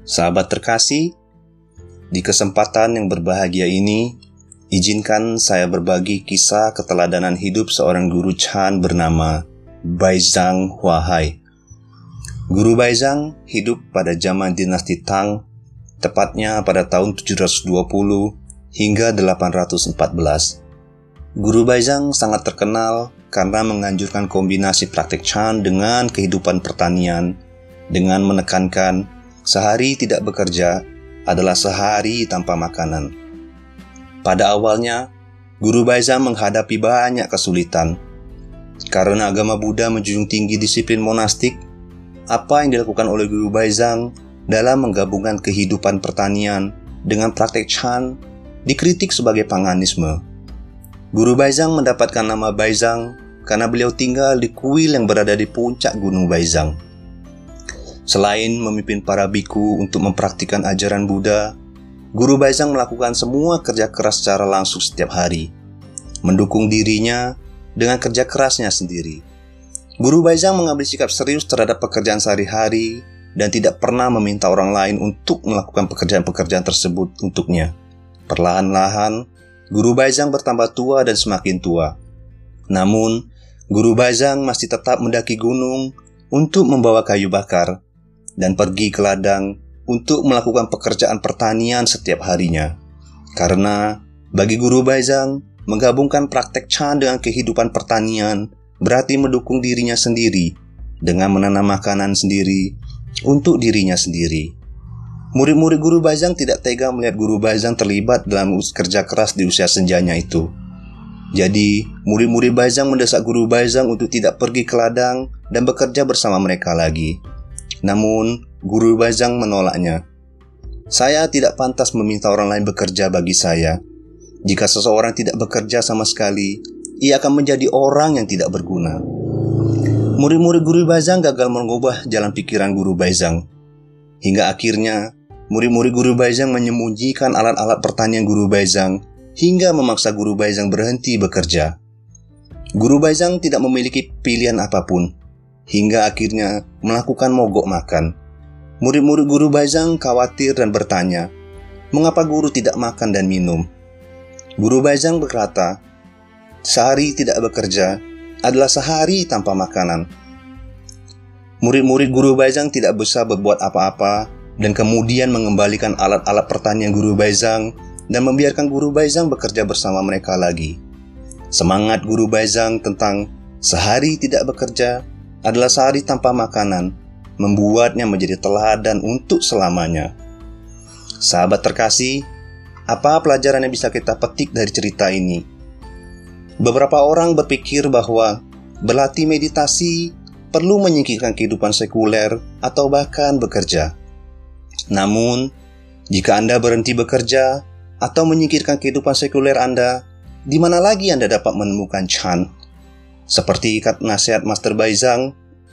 Sahabat terkasih, di kesempatan yang berbahagia ini, izinkan saya berbagi kisah keteladanan hidup seorang guru Chan bernama Baizhang Huahai. Guru Baizhang hidup pada zaman dinasti Tang, tepatnya pada tahun 720 hingga 814. Guru Baizhang sangat terkenal karena menganjurkan kombinasi praktek Chan dengan kehidupan pertanian, dengan menekankan sehari tidak bekerja adalah sehari tanpa makanan. Pada awalnya, Guru Baizhang menghadapi banyak kesulitan. Karena agama Buddha menjunjung tinggi disiplin monastik, apa yang dilakukan oleh Guru Baizhang dalam menggabungkan kehidupan pertanian dengan praktek Chan dikritik sebagai paganisme. Guru Baizhang mendapatkan nama Baizhang karena beliau tinggal di kuil yang berada di puncak Gunung Baizhang. Selain memimpin para biku untuk mempraktikkan ajaran Buddha, Guru Baizhang melakukan semua kerja keras secara langsung setiap hari, mendukung dirinya dengan kerja kerasnya sendiri. Guru Baizhang mengambil sikap serius terhadap pekerjaan sehari-hari dan tidak pernah meminta orang lain untuk melakukan pekerjaan-pekerjaan tersebut untuknya. Perlahan-lahan, Guru Baizhang bertambah tua dan semakin tua. Namun, Guru Baizhang masih tetap mendaki gunung untuk membawa kayu bakar dan pergi ke ladang untuk melakukan pekerjaan pertanian setiap harinya. Karena bagi Guru Baizhang, menggabungkan praktek Chan dengan kehidupan pertanian berarti mendukung dirinya sendiri dengan menanam makanan sendiri untuk dirinya sendiri. Murid-murid Guru Baizhang tidak tega melihat Guru Baizhang terlibat dalam kerja keras di usia senjanya itu. Jadi, murid-murid Baizhang mendesak Guru Baizhang untuk tidak pergi ke ladang dan bekerja bersama mereka lagi. Namun, Guru Baizhang menolaknya. Saya tidak pantas meminta orang lain bekerja bagi saya. Jika seseorang tidak bekerja sama sekali, ia akan menjadi orang yang tidak berguna. Murid-murid Guru Baizhang gagal mengubah jalan pikiran Guru Baizhang. Hingga akhirnya, murid-murid Guru Baizhang menyembunyikan alat-alat pertanian Guru Baizhang hingga memaksa Guru Baizhang berhenti bekerja. Guru Baizhang tidak memiliki pilihan apapun, hingga akhirnya melakukan mogok makan. Murid-murid Guru Baizhang khawatir dan bertanya, mengapa guru tidak makan dan minum? Guru Baizhang berkata, sehari tidak bekerja adalah sehari tanpa makanan. Murid-murid Guru Baizhang tidak bisa berbuat apa-apa dan kemudian mengembalikan alat-alat pertanian Guru Baizhang dan membiarkan Guru Baizhang bekerja bersama mereka lagi. Semangat Guru Baizhang tentang sehari tidak bekerja adalah sehari tanpa makanan membuatnya menjadi teladan untuk selamanya. Sahabat terkasih, apa pelajaran yang bisa kita petik dari cerita ini? Beberapa orang berpikir bahwa berlatih meditasi perlu menyingkirkan kehidupan sekuler atau bahkan bekerja. Namun, jika Anda berhenti bekerja atau menyingkirkan kehidupan sekuler Anda, di mana lagi Anda dapat menemukan Chan? Seperti nasihat Master Baizhang,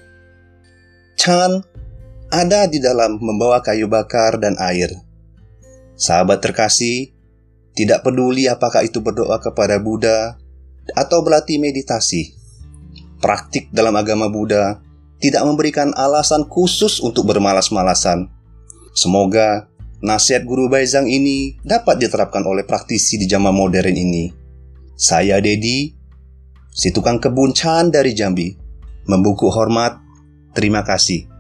Chan ada di dalam membawa kayu bakar dan air. Sahabat terkasih, tidak peduli apakah itu berdoa kepada Buddha atau berlatih meditasi, praktik dalam agama Buddha tidak memberikan alasan khusus untuk bermalas-malasan. Semoga nasihat Guru Baizhang ini dapat diterapkan oleh praktisi di zaman modern ini. Saya Dedi, si tukang kebun Chan dari Jambi, membungkuk hormat. Terima kasih.